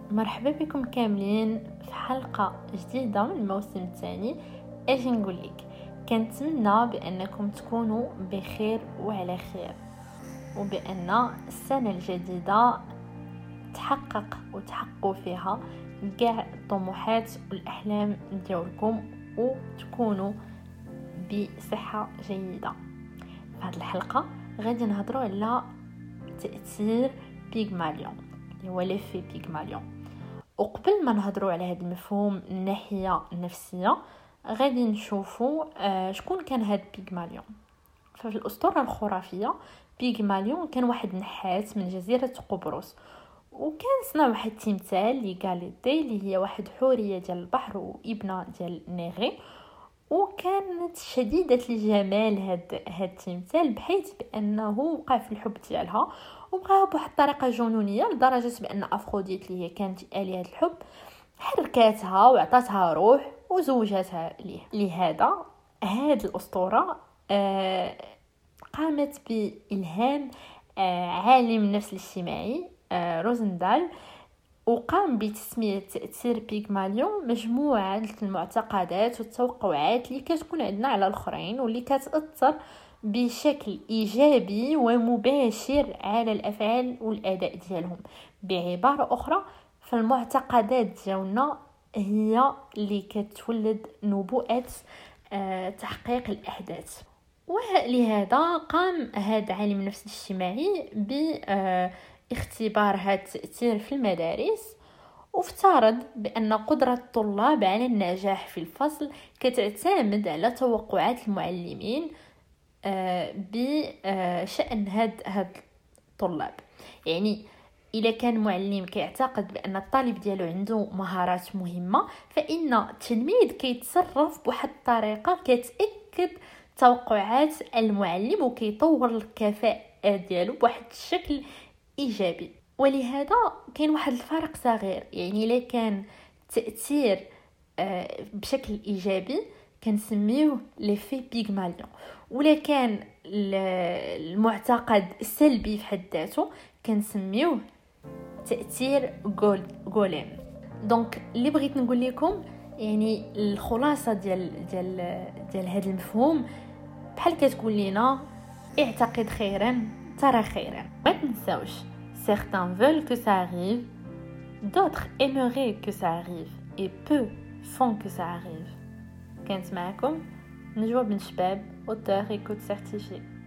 مرحبا بكم كاملين في حلقة جديدة من الموسم الثاني. اجي نقول لك كنتمنى بانكم تكونوا بخير وعلى خير، وبان السنة الجديدة تحققوا فيها كاع الطموحات والاحلام ديالكم وتكونوا بصحة جيدة. في هذه الحلقة غادي نهضروا على تأثير بيغماليون اللي هو ليفي بيغماليون. وقبل ما نهضروا على هذا المفهوم من الناحيه النفسيه غادي نشوفوا شكون كان هذا بيغماليون. ففي الاسطوره الخرافيه بيغماليون كان واحد نحات من جزيره قبرص، وكان صنع واحد التمثال ليغاليتي اللي هي واحد حوريه ديال البحر وابنه ديال نيغي، وكانت شديدة الجمال هاد التمثال بحيث بأنه وقع في الحب ديالها وبغاها بواحد الطريقة جنونية لدرجة بأن أفروديت اللي هي كانت آلهة الحب حركاتها وعطاتها روح وزوجتها ليه. لهذا هاد الأسطورة قامت بإلهام عالم النفس الاجتماعي روزندال، وقام بتسمية تأثير بيغماليون مجموعة المعتقدات والتوقعات اللي كتكون عندنا على الآخرين واللي كتأثر بشكل إيجابي ومباشر على الأفعال والأداء ديالهم. بعبارة أخرى، فالمعتقدات ديالنا هي اللي كتولد نبوءة تحقيق الأحداث. ولهذا قام هذا عالم النفس الاجتماعي باختبار هذا التأثير في المدارس، وافترض بأن قدرة الطلاب على النجاح في الفصل كتعتمد على توقعات المعلمين بشأن هاد الطلاب. يعني إذا كان معلم كيعتقد بأن الطالب ديالو عنده مهارات مهمة، فإن التلميذ كيتصرف بواحد الطريقة كتأكد توقعات المعلم وكيطور الكفاءة ديالو بواحد الشكل إيجابي. ولهذا كاين واحد الفرق صغير، يعني إلا كان تأثير بشكل إيجابي كنسميوه ليفي بيغماليون، ولا كان المعتقد سلبي في حد ذاته كنسميوه تأثير غوليم. دونك اللي بغيت نقول لكم يعني الخلاصة ديال هذا المفهوم بحال كتقول لنا اعتقد خيرا ترى خيرا. ما تنساوش certains veulent que ça arrive, d'autres aimeraient que ça arrive et peu font que ça arrive. كانت معكم نجوى بن شباب auteur écoute certifié.